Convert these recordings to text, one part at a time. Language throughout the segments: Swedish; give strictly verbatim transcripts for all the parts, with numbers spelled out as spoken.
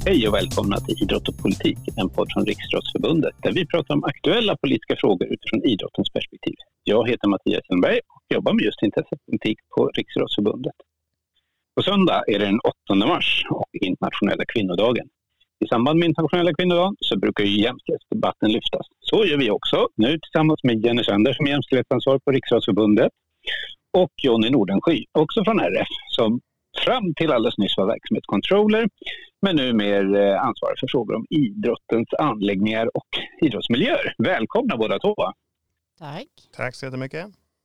Hej och välkomna till Idrott och politik, en podd från Riksidrottsförbundet där vi pratar om aktuella politiska frågor utifrån idrottens perspektiv. Jag heter Mattias Elmberg och jobbar med just intressepolitik på Riksidrottsförbundet. På söndag är det den åttonde mars och internationella kvinnodagen. I samband med internationella kvinnodagen så brukar ju jämställdhetsdebatten lyftas. Så gör vi också, nu tillsammans med Jenny Sander som är jämställdhetsansvarig på Riksidrottsförbundet och Jonny Nordensky, också från R F, som fram till alldeles nyss var verksamhetscontroller, men nu mer ansvarig för frågor om idrottens anläggningar och idrottsmiljöer. Välkomna båda två. Tack. Tack så jättemycket.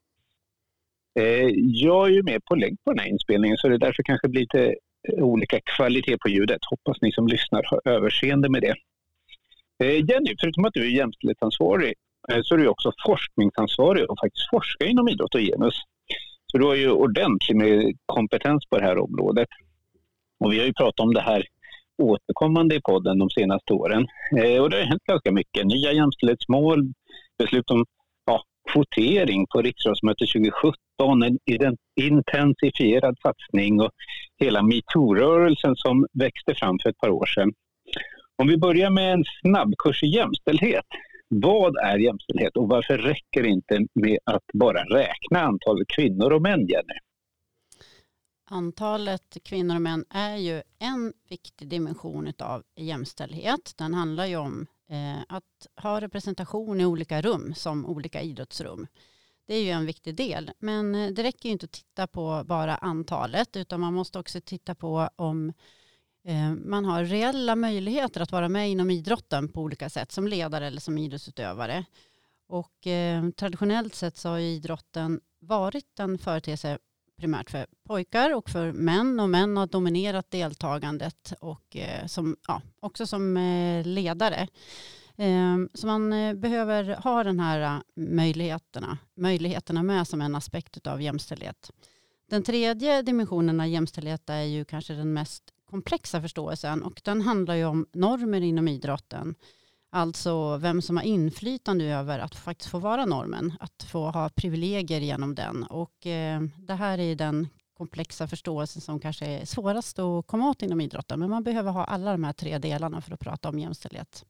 Jag är ju med på länk på den här inspelningen så det är därför kanske blir lite olika kvalitet på ljudet. Hoppas ni som lyssnar har överseende med det. Jenny, förutom att du är jämställdhetsansvarig så är du också forskningsansvarig och faktiskt forskar inom idrott och genus. Så du har ju ordentligt med kompetens på det här området. Och vi har ju pratat om det här återkommande i podden de senaste åren. Och det har hänt ganska mycket. Nya jämställdhetsmål, beslut om ja, kvotering på Riksidrottsmötet tjugo sjutton, en intensifierad satsning och hela MeToo-rörelsen som växte fram för ett par år sedan. Om vi börjar med en snabbkurs i jämställdhet. Vad är jämställdhet och varför räcker det inte med att bara räkna antalet kvinnor och män, Jenny? Antalet kvinnor och män är ju en viktig dimension av jämställdhet. Den handlar ju om eh, att ha representation i olika rum som olika idrottsrum. Det är ju en viktig del. Men det räcker ju inte att titta på bara antalet utan man måste också titta på om man har reella möjligheter att vara med inom idrotten på olika sätt som ledare eller som idrottsutövare. Och eh, traditionellt sett så har idrotten varit en företeelse primärt för pojkar och för män. Och män har dominerat deltagandet och eh, som, ja, också som eh, ledare. Eh, så man eh, behöver ha den här möjligheterna, möjligheterna med som en aspekt av jämställdhet. Den tredje dimensionen av jämställdhet är ju kanske den mest komplexa förståelsen och den handlar ju om normer inom idrotten. Alltså vem som har inflytande över att faktiskt få vara normen, att få ha privilegier genom den. Och eh, det här är den komplexa förståelsen som kanske är svårast att komma åt inom idrotten. Men man behöver ha alla de här tre delarna för att prata om jämställdhet.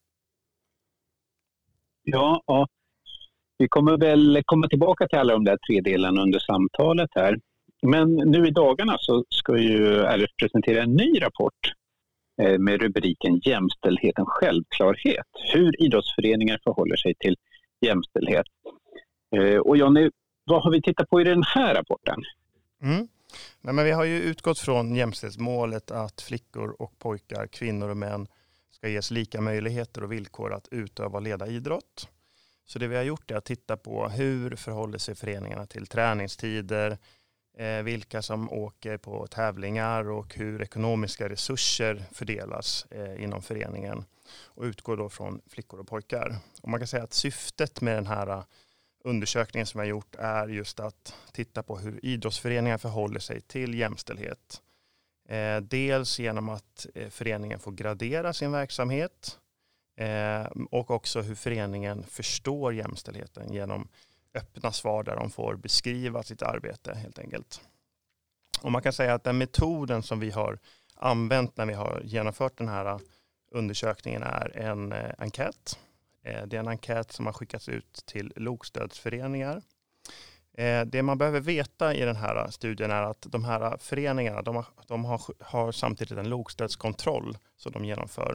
Ja, ja. Vi kommer väl komma tillbaka till alla de där tre delarna under samtalet här. Men nu i dagarna så ska ju R F presentera en ny rapport med rubriken Jämställdheten självklarhet. Hur idrottsföreningar förhåller sig till jämställdhet. Och Jonny, vad har vi tittat på i den här rapporten? Mm. Nej, men vi har ju utgått från jämställdhetsmålet att flickor och pojkar, kvinnor och män ska ges lika möjligheter och villkor att utöva och leda idrott. Så det vi har gjort är att titta på hur förhåller sig föreningarna till träningstider, Eh, vilka som åker på tävlingar och hur ekonomiska resurser fördelas eh, inom föreningen och utgår då från flickor och pojkar. Och man kan säga att syftet med den här undersökningen som jag har gjort är just att titta på hur idrottsföreningar förhåller sig till jämställdhet. Eh, dels genom att eh, föreningen får gradera sin verksamhet eh, och också hur föreningen förstår jämställdheten genom öppna svar där de får beskriva sitt arbete helt enkelt. Och man kan säga att den metoden som vi har använt när vi har genomfört den här undersökningen är en eh, enkät. Eh, det är en enkät som har skickats ut till lokstödsföreningar. Eh, det man behöver veta i den här studien är att de här föreningarna de har, de har, har samtidigt en lokstödskontroll som de genomför.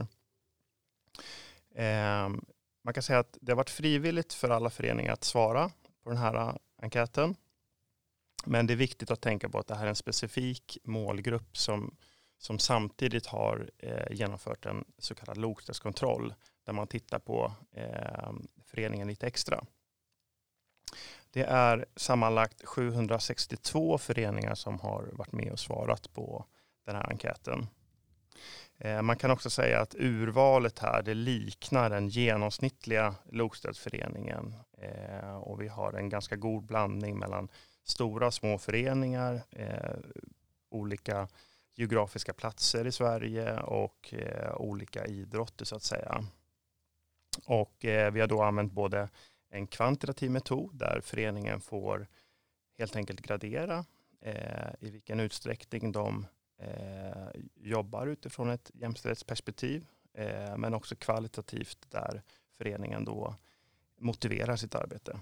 Eh, man kan säga att det har varit frivilligt för alla föreningar att svara på den här enkäten. Men det är viktigt att tänka på att det här är en specifik målgrupp som, som samtidigt har eh, genomfört en så kallad lokstödskontroll där man tittar på eh, föreningen lite extra. Det är sammanlagt sjuhundrasextiotvå föreningar som har varit med och svarat på den här enkäten. Man kan också säga att urvalet här det liknar den genomsnittliga lokstödsföreningen eh, och vi har en ganska god blandning mellan stora och små föreningar, eh, olika geografiska platser i Sverige och eh, olika idrotter så att säga. Och eh, vi har då använt både en kvantitativ metod där föreningen får helt enkelt gradera eh, i vilken utsträckning de eh, jobbar utifrån ett jämställdhetsperspektiv, eh, men också kvalitativt där föreningen då motiverar sitt arbete.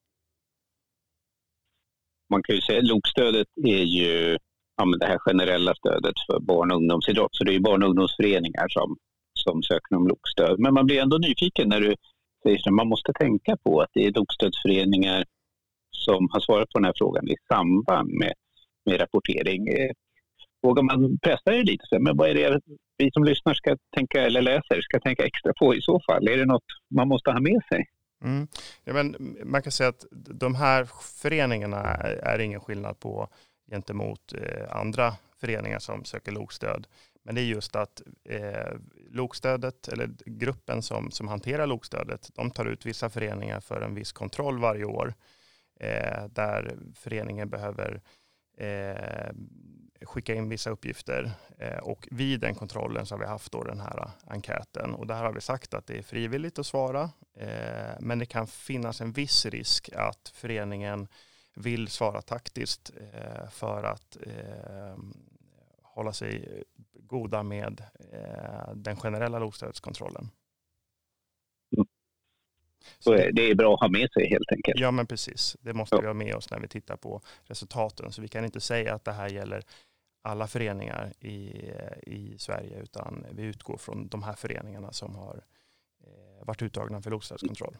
Man kan ju säga att LOK-stödet är ju ja, men det här generella stödet för barn- och ungdomsidrott. Så det är ju barn- och ungdomsföreningar som, som söker om LOK-stöd. Men man blir ändå nyfiken när du säger att man måste tänka på att det är LOK-stödsföreningar som har svarat på den här frågan i samband med, med rapportering. Vågar man pressa det lite? Men vad är det vi som lyssnar ska tänka, eller läser ska tänka extra på i så fall? Är det något man måste ha med sig? Mm. Ja, men man kan säga att de här föreningarna är ingen skillnad på gentemot eh, andra föreningar som söker LOK-stöd. Men det är just att eh, LOK-stödet, eller gruppen som, som hanterar LOK-stödet, de tar ut vissa föreningar för en viss kontroll varje år. Eh, där föreningen behöver eh, skicka in vissa uppgifter. Eh, och vid den kontrollen så har vi haft då den här enkäten. Och där har vi sagt att det är frivilligt att svara. Eh, men det kan finnas en viss risk att föreningen vill svara taktiskt eh, för att eh, hålla sig goda med eh, den generella LOK-stödskontrollen. Mm. Så det är bra att ha med sig helt enkelt. Ja, men precis. Det måste ja. vi ha med oss när vi tittar på resultaten. Så vi kan inte säga att det här gäller alla föreningar i, i Sverige, utan vi utgår från de här föreningarna som har eh, varit uttagna för LOK-stödskontroll.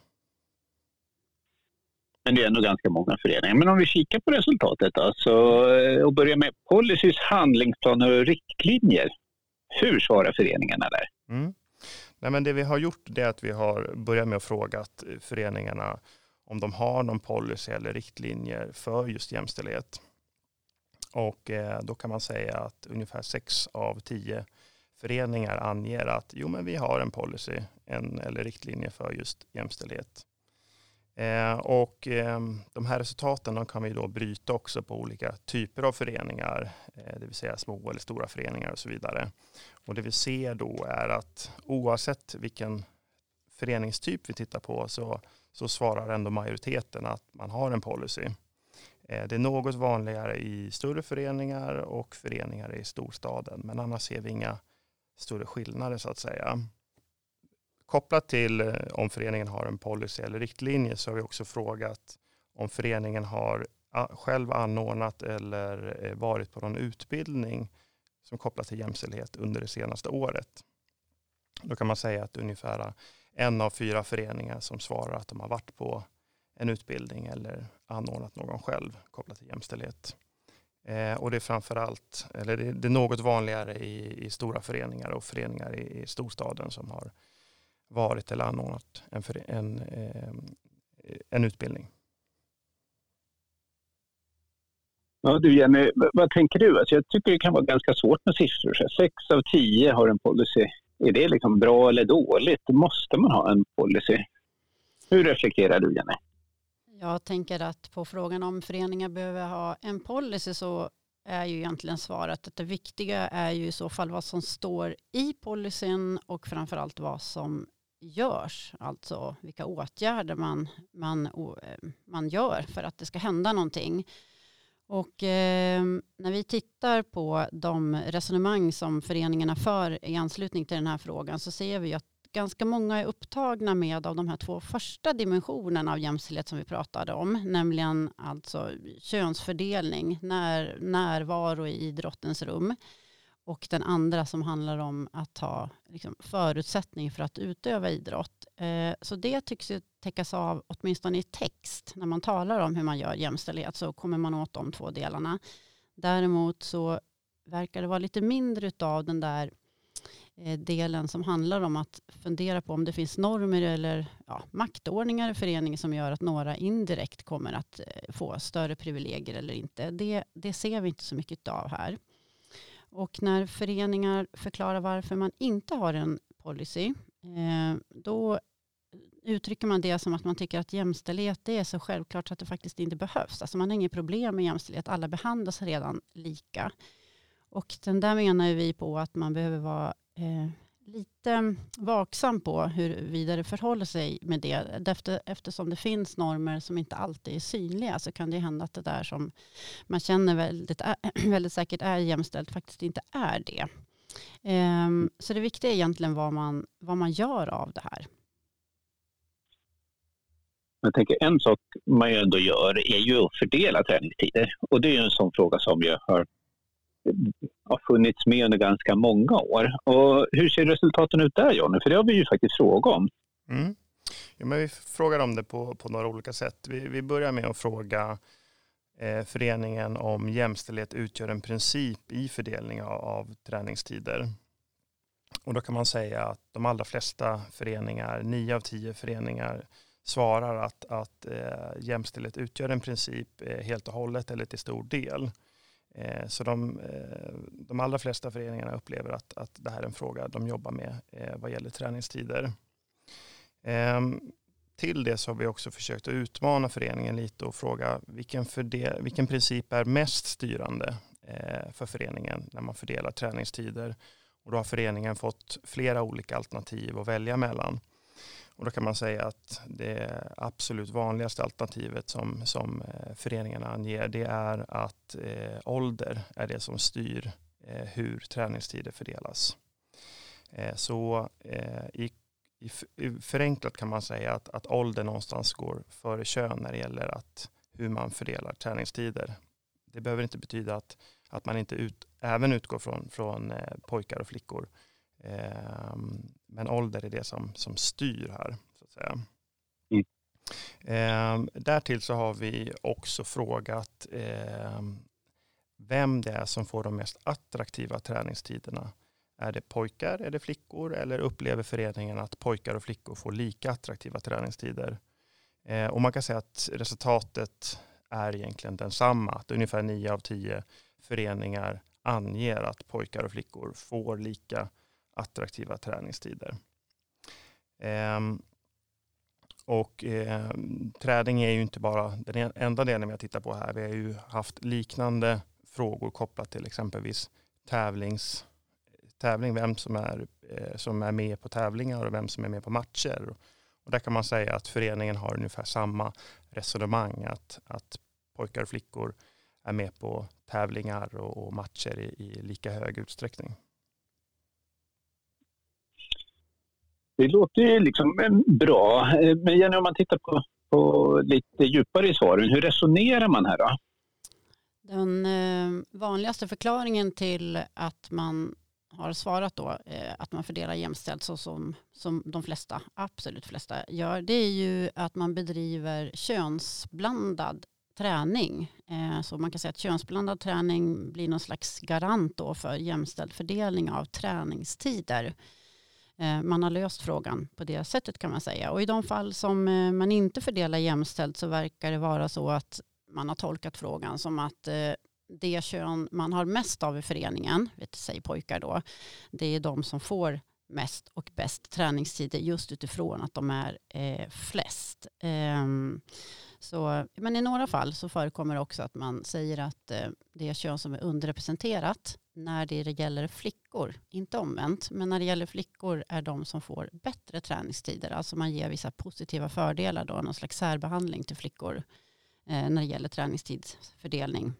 Men det är ändå ganska många föreningar. Men om vi kikar på resultatet då, så, och börjar med policies, handlingsplaner och riktlinjer. Hur svarar föreningarna där? Mm. Nej, men det vi har gjort är att vi har börjat med att fråga föreningarna om de har någon policy eller riktlinjer för just jämställdhet. Och eh, då kan man säga att ungefär sex av tio föreningar anger att jo, men vi har en policy en, eller riktlinje för just jämställdhet. Eh, och eh, de här resultaten de kan vi då bryta också på olika typer av föreningar, eh, det vill säga små eller stora föreningar och så vidare. Och det vi ser då är att oavsett vilken föreningstyp vi tittar på så, så svarar ändå majoriteten att man har en policy. Eh, det är något vanligare i större föreningar och föreningar i storstaden, men annars ser vi inga större skillnader så att säga. Kopplat till om föreningen har en policy eller riktlinje så har vi också frågat om föreningen har själv anordnat eller varit på någon utbildning som kopplat till jämställdhet under det senaste året. Då kan man säga att ungefär en av fyra föreningar som svarar att de har varit på en utbildning eller anordnat någon själv kopplat till jämställdhet. Eh, och det är framförallt, eller det, det är något vanligare i, i stora föreningar och föreningar i, i storstaden som har varit eller anordnat en, en, en, en utbildning. Ja, du Jenny, vad tänker du? Alltså jag tycker det kan vara ganska svårt med siffror. Sex av tio har en policy. Är det liksom bra eller dåligt? Måste man ha en policy? Hur reflekterar du, Jenny? Jag tänker att på frågan om föreningar behöver ha en policy så är ju egentligen svaret att det viktiga är ju i så fall vad som står i policyn och framförallt vad som görs. Alltså vilka åtgärder man, man, man gör för att det ska hända någonting. Och eh, när vi tittar på de resonemang som föreningarna för i anslutning till den här frågan så ser vi att ganska många är upptagna med av de här två första dimensionerna av jämställdhet som vi pratade om, nämligen alltså könsfördelning, när, närvaro i idrottens rum och den andra som handlar om att ha liksom, förutsättning för att utöva idrott. Eh, så det tycks ju täckas av åtminstone i text. När man talar om hur man gör jämställdhet så kommer man åt de två delarna. Däremot så verkar det vara lite mindre av den där delen som handlar om att fundera på om det finns normer eller ja, maktordningar i föreningen som gör att några indirekt kommer att få större privilegier eller inte. Det, det ser vi inte så mycket av här. Och när föreningar förklarar varför man inte har en policy, eh, då uttrycker man det som att man tycker att jämställdhet det är så självklart så att det faktiskt inte behövs. Alltså man har inget problem med jämställdhet. Alla behandlas redan lika. Och den där menar vi på att man behöver vara eh, lite vaksam på hur vidare förhåller sig med det. Efter, eftersom det finns normer som inte alltid är synliga så kan det hända att det där som man känner väldigt, väldigt säkert är jämställt faktiskt inte är det. Um, så det viktiga är egentligen vad man, vad man gör av det här. Jag tänker en sak man ju ändå gör är ju att fördela träningstider. Och det är ju en sån fråga som ju har, har funnits med under ganska många år. Och hur ser resultaten ut där, Johnny? För det har vi ju faktiskt frågat om. Mm. Ja, men vi frågar om det på, på några olika sätt. Vi, vi börjar med att fråga eh, föreningen om jämställdhet utgör en princip i fördelning av, av träningstider. Och då kan man säga att de allra flesta föreningar, nio av tio föreningar, svarar att, att eh, jämställdhet utgör en princip eh, helt och hållet eller till stor del. Eh, så de, eh, de allra flesta föreningarna upplever att, att det här är en fråga de jobbar med eh, vad gäller träningstider. Eh, till det så har vi också försökt att utmana föreningen lite och fråga vilken, fördel, vilken princip är mest styrande eh, för föreningen när man fördelar träningstider. Och då har föreningen fått flera olika alternativ att välja mellan. Och då kan man säga att det absolut vanligaste alternativet som, som föreningarna anger, det är att eh, ålder är det som styr eh, hur träningstider fördelas. Eh, så eh, i, i, i förenklat kan man säga att, att ålder någonstans går före kön när det gäller att, hur man fördelar träningstider. Det behöver inte betyda att, att man inte ut, även utgår från, från eh, pojkar och flickor. Eh, men ålder är det som, som styr här, så att säga. Mm. Eh, därtill så har vi också frågat eh, vem det är som får de mest attraktiva träningstiderna. Är det pojkar, är det flickor, eller upplever föreningen att pojkar och flickor får lika attraktiva träningstider? Eh, och man kan säga att resultatet är egentligen densamma. Att ungefär nio av tio föreningar anger att pojkar och flickor får lika attraktiva träningstider. Eh, och eh, träning är ju inte bara den enda delen vi har tittat på här. Vi har ju haft liknande frågor kopplat till exempelvis tävlings, tävling, vem som är, eh, som är med på tävlingar och vem som är med på matcher. Och där kan man säga att föreningen har ungefär samma resonemang, att, att pojkar och flickor är med på tävlingar och, och matcher i, i lika hög utsträckning. Det låter ju liksom bra. Men Jenny, om man tittar på, på lite djupare i svaren, hur resonerar man här då? Den eh, vanligaste förklaringen till att man har svarat då eh, att man fördelar jämställt så som, som de flesta, absolut flesta gör, det är ju att man bedriver könsblandad träning. Eh, så man kan säga att könsblandad träning blir någon slags garant då för jämställd fördelning av träningstider. Man har löst frågan på det sättet kan man säga. Och i de fall som man inte fördelar jämställt så verkar det vara så att man har tolkat frågan som att det kön man har mest av i föreningen, vet säg pojkar då, det är de som får mest och bäst träningstider just utifrån att de är eh, flest. Um, så, men i några fall så förekommer det också att man säger att eh, det är kön som är underrepresenterat när det gäller flickor, inte omvänt, men när det gäller flickor är de som får bättre träningstider. Alltså man ger vissa positiva fördelar då, någon slags särbehandling till flickor eh, när det gäller träningstidsfördelning.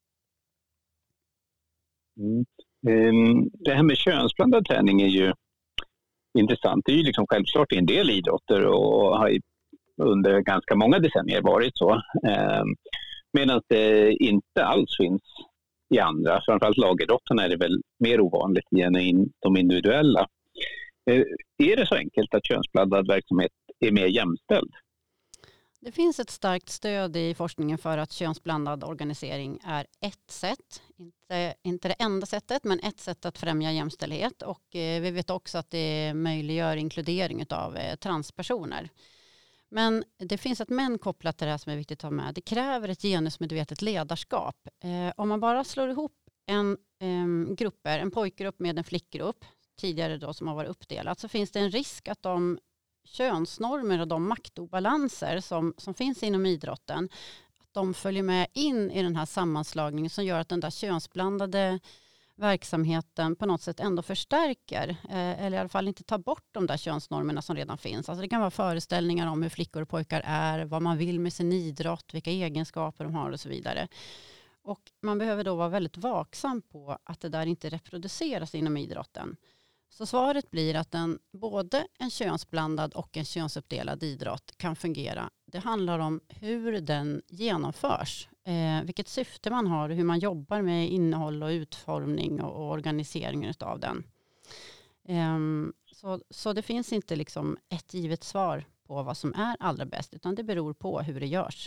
Mm. Um, det här med könsblandad träning är ju intressant. Det är ju liksom självklart en del idrotter och har under ganska många decennier varit så. Um, medan det inte alls finns i andra. Framförallt lagidrotterna är det väl mer ovanligt än in, de individuella. Uh, är det så enkelt att könsblandad verksamhet är mer jämställd? Det finns ett starkt stöd i forskningen för att könsblandad organisering är ett sätt, inte, inte det enda sättet, men ett sätt att främja jämställdhet. Och eh, vi vet också att det möjliggör inkludering av eh, transpersoner. Men det finns ett men kopplat till det här som är viktigt att ha med. Det kräver ett genusmedvetet ledarskap. Eh, om man bara slår ihop en eh, grupper, en pojkgrupp med en flickgrupp, tidigare då som har varit uppdelat, så finns det en risk att de könsnormer och de maktobalanser som, som finns inom idrotten, att de följer med in i den här sammanslagningen som gör att den där könsblandade verksamheten på något sätt ändå förstärker eh, eller i alla fall inte tar bort de där könsnormerna som redan finns. Alltså det kan vara föreställningar om hur flickor och pojkar är, vad man vill med sin idrott, vilka egenskaper de har och så vidare. Och man behöver då vara väldigt vaksam på att det där inte reproduceras inom idrotten. Så svaret blir att en, både en könsblandad och en könsuppdelad idrott kan fungera. Det handlar om hur den genomförs, eh, vilket syfte man har och hur man jobbar med innehåll och utformning och, och organiseringen av den. Eh, så, så det finns inte liksom ett givet svar på vad som är allra bäst, utan det beror på hur det görs.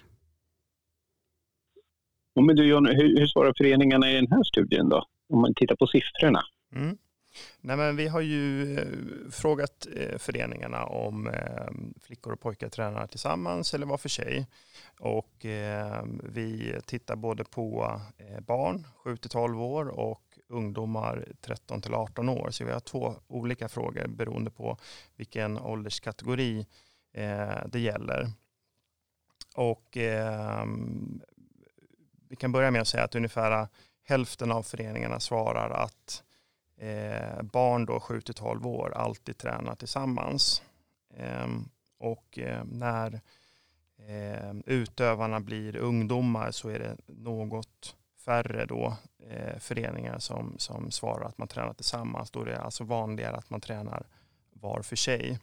Ja, men du John, hur, hur svarar föreningarna i den här studien då? Om man tittar på siffrorna. Mm. Nej, men vi har ju eh, frågat eh, föreningarna om eh, flickor och pojkar tränar tillsammans eller var för sig. Och eh, vi tittar både på eh, barn sju till tolv år och ungdomar tretton till arton år. Så vi har två olika frågor beroende på vilken ålderskategori eh, det gäller. Och eh, vi kan börja med att säga att ungefär hälften av föreningarna svarar att Eh, barn då sju till tolv år alltid tränar tillsammans. Eh, och eh, när eh, utövarna blir ungdomar så är det något färre då eh, föreningar som, som svarar att man tränar tillsammans. Då är det alltså vanligare att man tränar var för sig.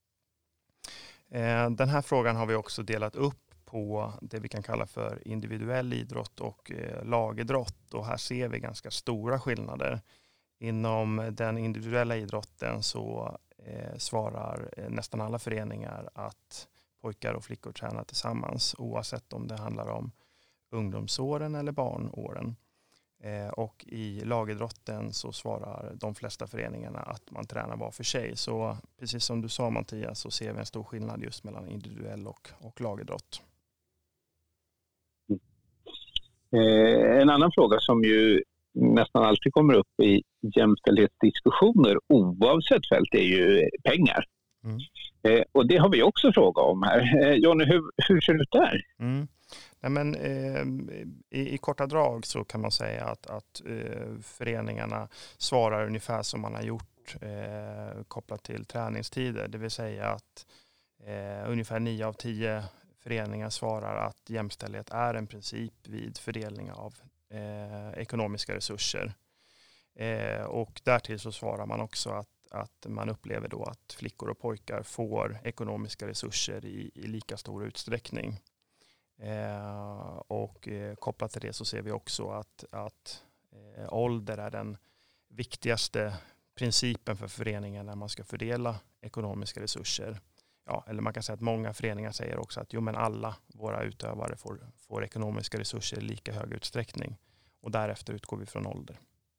Eh, den här frågan har vi också delat upp på det vi kan kalla för individuell idrott och eh, lagidrott. Och här ser vi ganska stora skillnader. Inom den individuella idrotten så eh, svarar eh, nästan alla föreningar att pojkar och flickor tränar tillsammans oavsett om det handlar om ungdomsåren eller barnåren. Eh, och i lagidrotten så svarar de flesta föreningarna att man tränar var för sig. Så precis som du sa Mattias så ser vi en stor skillnad just mellan individuell och, och lagidrott. Mm. Eh, en annan fråga som ju nästan alltid kommer upp i jämställdhetsdiskussioner oavsett fält är ju pengar. Mm. Eh, och det har vi också frågat om här. Eh, Johnny, hur, hur ser det ut där? Mm. Nej, men, eh, i, I korta drag så kan man säga att, att eh, föreningarna svarar ungefär som man har gjort eh, kopplat till träningstider. Det vill säga att eh, ungefär nio av tio föreningar svarar att jämställdhet är en princip vid fördelning av Eh, ekonomiska resurser. Eh, och därtill så svarar man också att, att man upplever då att flickor och pojkar får ekonomiska resurser i, i lika stor utsträckning. Eh, och eh, kopplat till det så ser vi också att, att eh, ålder är den viktigaste principen för föreningen när man ska fördela ekonomiska resurser. Ja, eller man kan säga att många föreningar säger också att jo, men alla våra utövare får, får ekonomiska resurser i lika hög utsträckning. Och därefter utgår vi från ålder.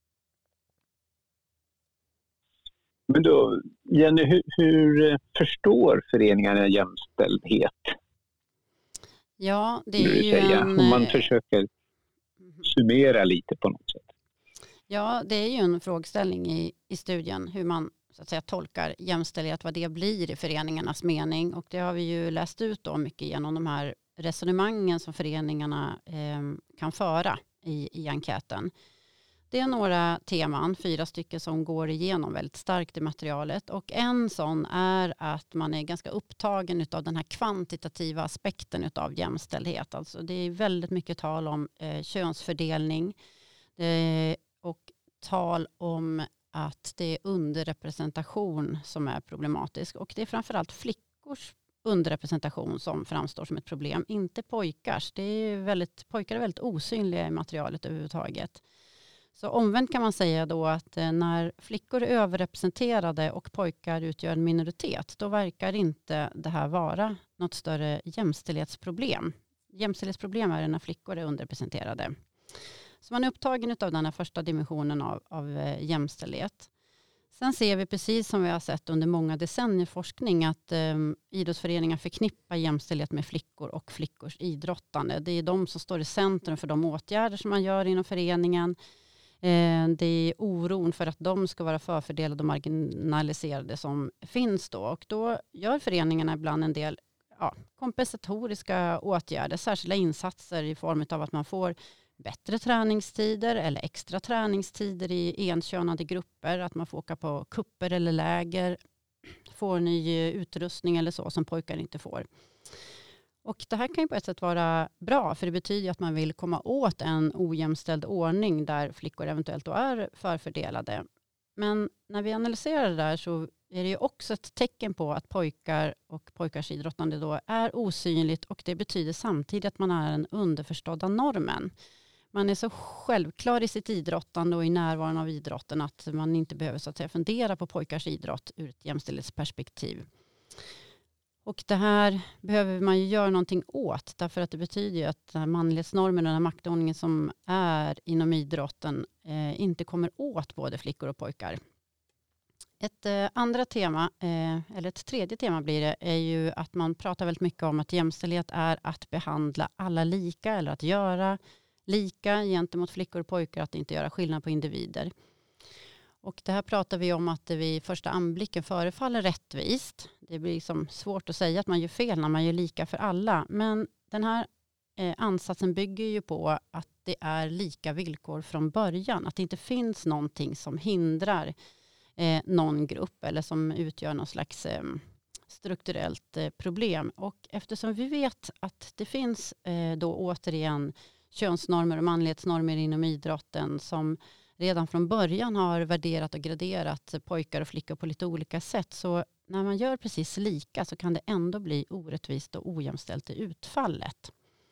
Men då, Jenny, hur, hur förstår föreningarna jämställdhet? Ja, det är ju säga, en... Om man försöker summera lite på något sätt. Ja, det är ju en frågeställning i, i studien hur man så att säga tolkar jämställdhet, vad det blir i föreningarnas mening. Och det har vi ju läst ut då mycket genom de här resonemangen som föreningarna eh, kan föra i, i enkäten. Det är några teman, fyra stycken som går igenom väldigt starkt i materialet. Och en sån är att man är ganska upptagen av den här kvantitativa aspekten av jämställdhet. Alltså det är väldigt mycket tal om eh, könsfördelning eh, och tal om att det är underrepresentation som är problematisk. Och det är framförallt flickors underrepresentation som framstår som ett problem, inte pojkars. Det är väldigt, pojkar är väldigt osynliga i materialet överhuvudtaget. Så omvänt kan man säga då att när flickor är överrepresenterade och pojkar utgör en minoritet, då verkar inte det här vara något större jämställdhetsproblem. Jämställdhetsproblem är när flickor är underrepresenterade. Så man är upptagen av den här första dimensionen av, av jämställdhet. Sen ser vi precis som vi har sett under många decennier forskning att eh, idrottsföreningar förknippar jämställdhet med flickor och flickors idrottande. Det är de som står i centrum för de åtgärder som man gör inom föreningen. Eh, det är oron för att de ska vara förfördelade och marginaliserade som finns då. Och då gör föreningarna ibland en del ja, kompensatoriska åtgärder, särskilda insatser i form av att man får bättre träningstider eller extra träningstider i enkönade grupper. Att man får åka på kupper eller läger, får ny utrustning eller så som pojkar inte får. Och det här kan ju på ett sätt vara bra, för det betyder att man vill komma åt en ojämställd ordning där flickor eventuellt då är förfördelade. Men när vi analyserar det där så är det ju också ett tecken på att pojkar och pojkars idrottande då är osynligt, och det betyder samtidigt att man är den underförstådda normen. Man är så självklar i sitt idrottande och i närvaron av idrotten att man inte behöver så att säga fundera på pojkars idrott ur ett jämställdhetsperspektiv. Och det här behöver man ju göra någonting åt, därför att det betyder ju att manlighetsnormen och den här maktordningen som är inom idrotten eh, inte kommer åt både flickor och pojkar. Ett eh, andra tema, eh, eller ett tredje tema blir det, är ju att man pratar väldigt mycket om att jämställdhet är att behandla alla lika eller att göra lika gentemot flickor och pojkar, att inte göra skillnad på individer. Och det här pratar vi om att det vid första anblicken förefaller rättvist. Det blir liksom svårt att säga att man gör fel när man gör lika för alla. Men den här eh, ansatsen bygger ju på att det är lika villkor från början. Att det inte finns någonting som hindrar eh, någon grupp eller som utgör någon slags eh, strukturellt eh, problem. Och eftersom vi vet att det finns eh, då återigen könsnormer och manlighetsnormer inom idrotten som redan från början har värderat och graderat pojkar och flickor på lite olika sätt. Så när man gör precis lika så kan det ändå bli orättvist och ojämställt i utfallet.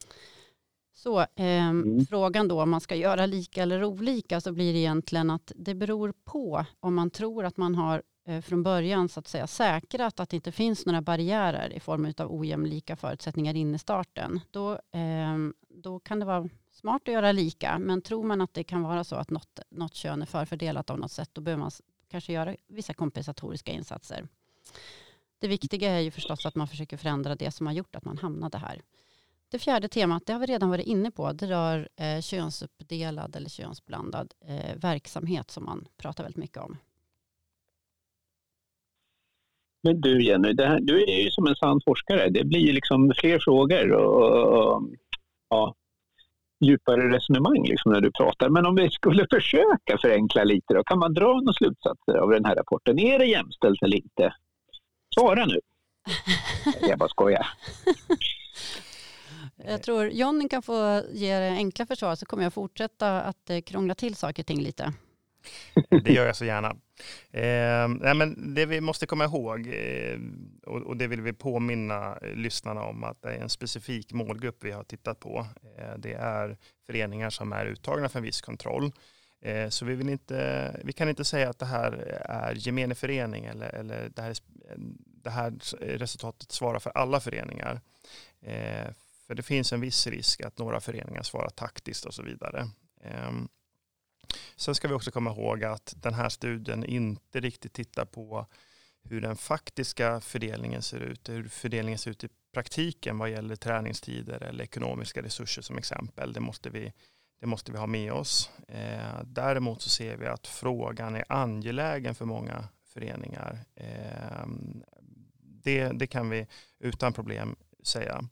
Så eh, mm. frågan då om man ska göra lika eller olika, så blir det egentligen att det beror på om man tror att man har eh, från början så att säga säkrat att det inte finns några barriärer i form av ojämlika förutsättningar in i starten. Då, eh, då kan det vara smart att göra lika, men tror man att det kan vara så att något, något kön är förfördelat av något sätt, då behöver man kanske göra vissa kompensatoriska insatser. Det viktiga är ju förstås att man försöker förändra det som har gjort att man hamnade här. Det fjärde temat, det har vi redan varit inne på, det rör eh, könsuppdelad eller könsblandad eh, verksamhet som man pratar väldigt mycket om. Men du Jenny, det här, du är ju som en sann forskare. Det blir ju liksom fler frågor och, och ja, djupare resonemang liksom när du pratar. Men om vi skulle försöka förenkla lite då, kan man dra några slutsatser av den här rapporten? Är det jämställt eller inte? Svara nu. Jag bara skojar. Jag tror Jonny kan få ge enkla försvar, så kommer jag fortsätta att krångla till saker och ting lite. Det gör jag så gärna. Eh, nej men det vi måste komma ihåg, eh, och, och det vill vi påminna lyssnarna om, att det är en specifik målgrupp vi har tittat på. Eh, det är föreningar som är uttagna för en viss kontroll. Eh, så vi, vill inte, vi kan inte säga att det här är gemene förening eller, eller det, här, det här resultatet svarar för alla föreningar. Eh, för det finns en viss risk att några föreningar svarar taktiskt och så vidare. Eh, Sen ska vi också komma ihåg att den här studien inte riktigt tittar på hur den faktiska fördelningen ser ut, hur fördelningen ser ut i praktiken vad gäller träningstider eller ekonomiska resurser som exempel. Det måste vi, det måste vi ha med oss. Eh, däremot så ser vi att frågan är angelägen för många föreningar. Eh, det, det kan vi utan problem säga.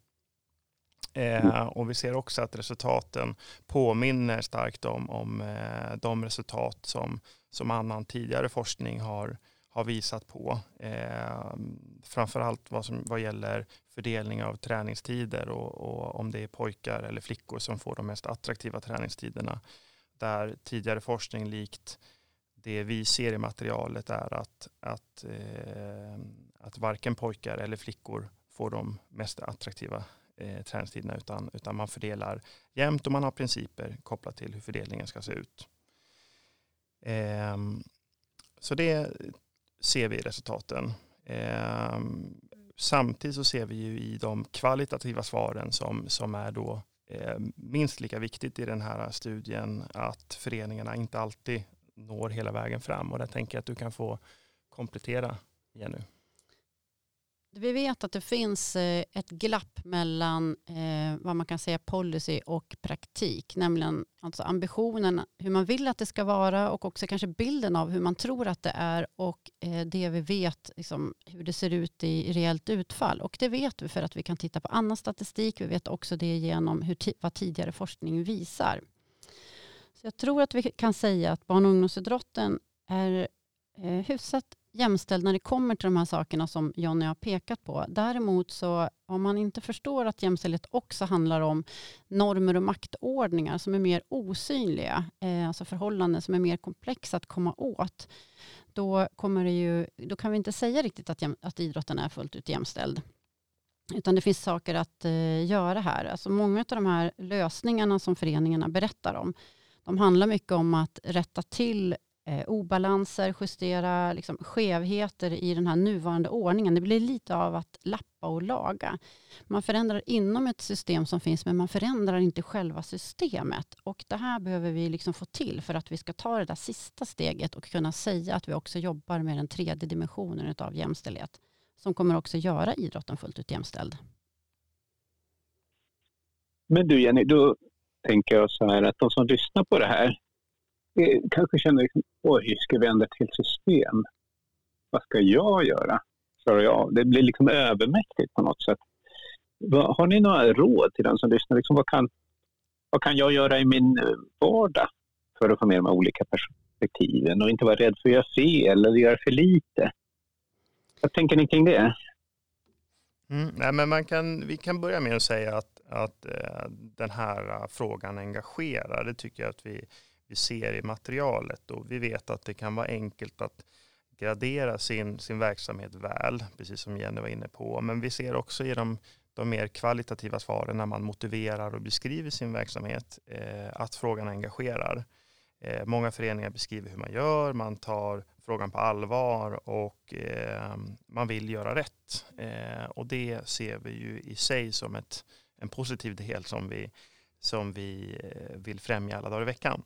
Eh, och vi ser också att resultaten påminner starkt om, om eh, de resultat som, som annan tidigare forskning har, har visat på. Eh, framförallt vad, som, vad gäller fördelning av träningstider och, och om det är pojkar eller flickor som får de mest attraktiva träningstiderna. Där tidigare forskning likt det vi ser i materialet är att, att, eh, att varken pojkar eller flickor får de mest attraktiva Eh, träningstiderna utan, utan man fördelar jämnt och man har principer kopplat till hur fördelningen ska se ut. Eh, så det ser vi i resultaten. Eh, samtidigt så ser vi ju i de kvalitativa svaren som, som är då eh, minst lika viktigt i den här studien att föreningarna inte alltid når hela vägen fram, och där tänker jag att du kan få komplettera igen nu. Vi vet att det finns ett glapp mellan eh, vad man kan säga policy och praktik. Nämligen alltså ambitionen, hur man vill att det ska vara, och också kanske bilden av hur man tror att det är, och eh, det vi vet liksom, hur det ser ut i reellt utfall. Och det vet vi för att vi kan titta på annan statistik. Vi vet också det genom hur t- vad tidigare forskning visar. Så jag tror att vi kan säga att barn- och ungdomsidrotten är eh, hyfsat jämställd när det kommer till de här sakerna som Jonny har pekat på. Däremot så om man inte förstår att jämställdhet också handlar om normer och maktordningar som är mer osynliga, eh, alltså förhållanden som är mer komplexa att komma åt, då, kommer det ju, då kan vi inte säga riktigt att, jäm, att idrotten är fullt ut jämställd. Utan det finns saker att eh, göra här. Alltså många av de här lösningarna som föreningarna berättar om, de handlar mycket om att rätta till eh, obalanser, justera liksom, skevheter i den här nuvarande ordningen. Det blir lite av att lappa och laga. Man förändrar inom ett system som finns, men man förändrar inte själva systemet. Och det här behöver vi liksom få till för att vi ska ta det där sista steget och kunna säga att vi också jobbar med den tredje dimensionen av jämställdhet, som kommer också göra idrotten fullt ut jämställd. Men du Jenny, då tänker jag så här att de som lyssnar på det här eh, kanske känner liksom, oj, ska vi ändra till system? Vad ska jag göra? Så jag, det blir liksom övermäktigt på något sätt. Vad, har ni några råd till den som lyssnar? Liksom, vad, kan, vad kan jag göra i min vardag för att få med de olika perspektiven och inte vara rädd för att göra fel eller göra för lite? Vad tänker ni kring det? Mm, nej, men man kan, vi kan börja med att säga att, att eh, den här frågan engagerar. Det tycker jag att vi, vi ser i materialet. Och vi vet att det kan vara enkelt att gradera sin, sin verksamhet väl, precis som Jenny var inne på. Men vi ser också i de, de mer kvalitativa svaren när man motiverar och beskriver sin verksamhet eh, att frågan engagerar. Eh, många föreningar beskriver hur man gör, man tar frågan på allvar och eh, man vill göra rätt. Eh, och det ser vi ju i sig som ett, en positiv del som vi, som vi eh, vill främja alla dagar i veckan.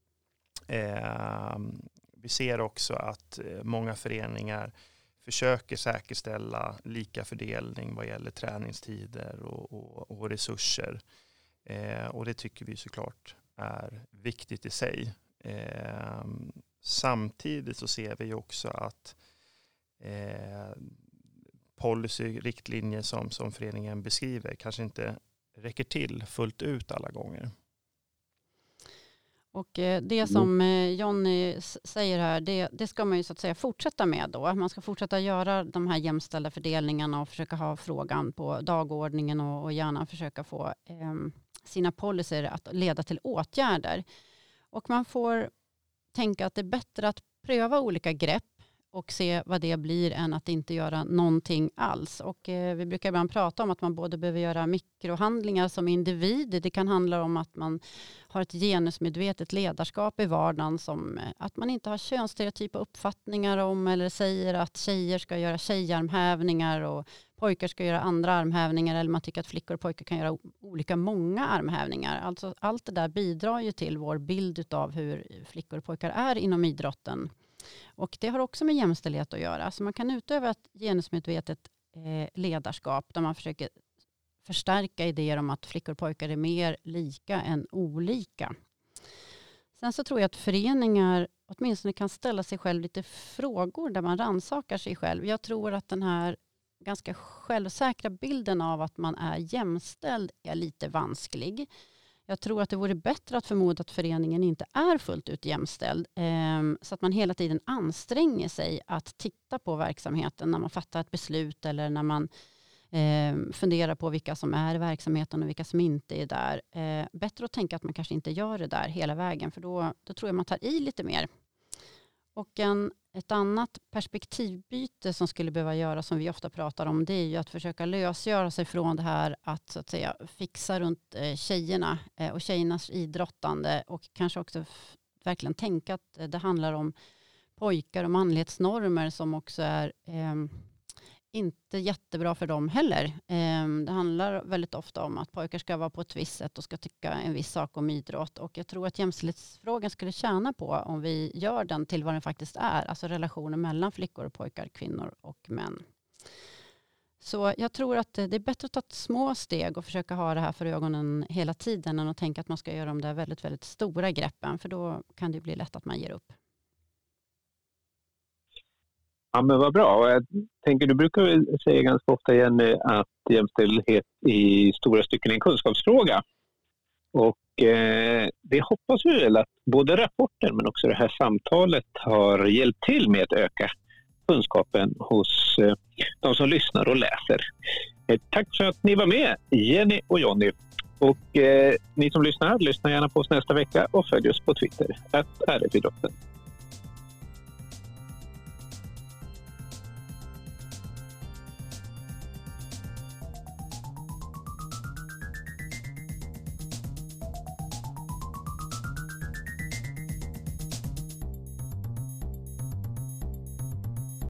Eh, vi ser också att eh, många föreningar försöker säkerställa lika fördelning vad gäller träningstider och, och, och resurser. Eh, och det tycker vi såklart är viktigt i sig. Eh, samtidigt så ser vi också att eh, policy, riktlinjer som, som föreningen beskriver kanske inte räcker till fullt ut alla gånger. Och det som Jonny säger här, det, det ska man ju så att säga fortsätta med då. Man ska fortsätta göra de här jämställda fördelningarna och försöka ha frågan på dagordningen och, och gärna försöka få eh, sina policyer att leda till åtgärder. Och man får tänka att det är bättre att pröva olika grepp och se vad det blir än att inte göra någonting alls. Och eh, vi brukar ibland prata om att man både behöver göra mikrohandlingar som individ. Det kan handla om att man har ett genusmedvetet ledarskap i vardagen, som eh, att man inte har könsstereotypa uppfattningar om eller säger att tjejer ska göra tjejarmhävningar och pojkar ska göra andra armhävningar, eller man tycker att flickor och pojkar kan göra olika många armhävningar. Alltså allt det där bidrar ju till vår bild av hur flickor och pojkar är inom idrotten. Och det har också med jämställdhet att göra. Så man kan utöva ett genusmedvetet eh, ledarskap där man försöker förstärka idéer om att flickor och pojkar är mer lika än olika. Sen så tror jag att föreningar åtminstone kan ställa sig själv lite frågor där man rannsakar sig själv. Jag tror att den här ganska självsäkra bilden av att man är jämställd är lite vansklig. Jag tror att det vore bättre att förmoda att föreningen inte är fullt ut jämställd. Eh, så att man hela tiden anstränger sig att titta på verksamheten när man fattar ett beslut eller när man eh, funderar på vilka som är i verksamheten och vilka som inte är där. Eh, bättre att tänka att man kanske inte gör det där hela vägen, för då, då tror jag man tar i lite mer. Och en, ett annat perspektivbyte som skulle behöva göra, som vi ofta pratar om, det är ju att försöka lösgöra sig från det här att, så att säga, fixa runt eh, tjejerna eh, och tjejernas idrottande, och kanske också f- verkligen tänka att det handlar om pojkar och manlighetsnormer som också är eh, inte jättebra för dem heller. Eh, det handlar väldigt ofta om att pojkar ska vara på ett visst sätt och ska tycka en viss sak om idrott. Och jag tror att jämställdhetsfrågan skulle tjäna på om vi gör den till vad den faktiskt är. Alltså relationen mellan flickor och pojkar, kvinnor och män. Så jag tror att det är bättre att ta små steg och försöka ha det här för ögonen hela tiden än att tänka att man ska göra de där väldigt, väldigt stora greppen. För då kan det bli lätt att man ger upp. Ja, men vad bra. Jag tänker, du brukar väl säga ganska ofta igen att jämställdhet i stora stycken är en kunskapsfråga. Och eh, vi hoppas väl att både rapporten men också det här samtalet har hjälpt till med att öka kunskapen hos eh, de som lyssnar och läser. Eh, tack för att ni var med, Jenny och Jonny. Och eh, ni som lyssnar, lyssna gärna på oss nästa vecka och följ oss på Twitter, att R F Idrotten.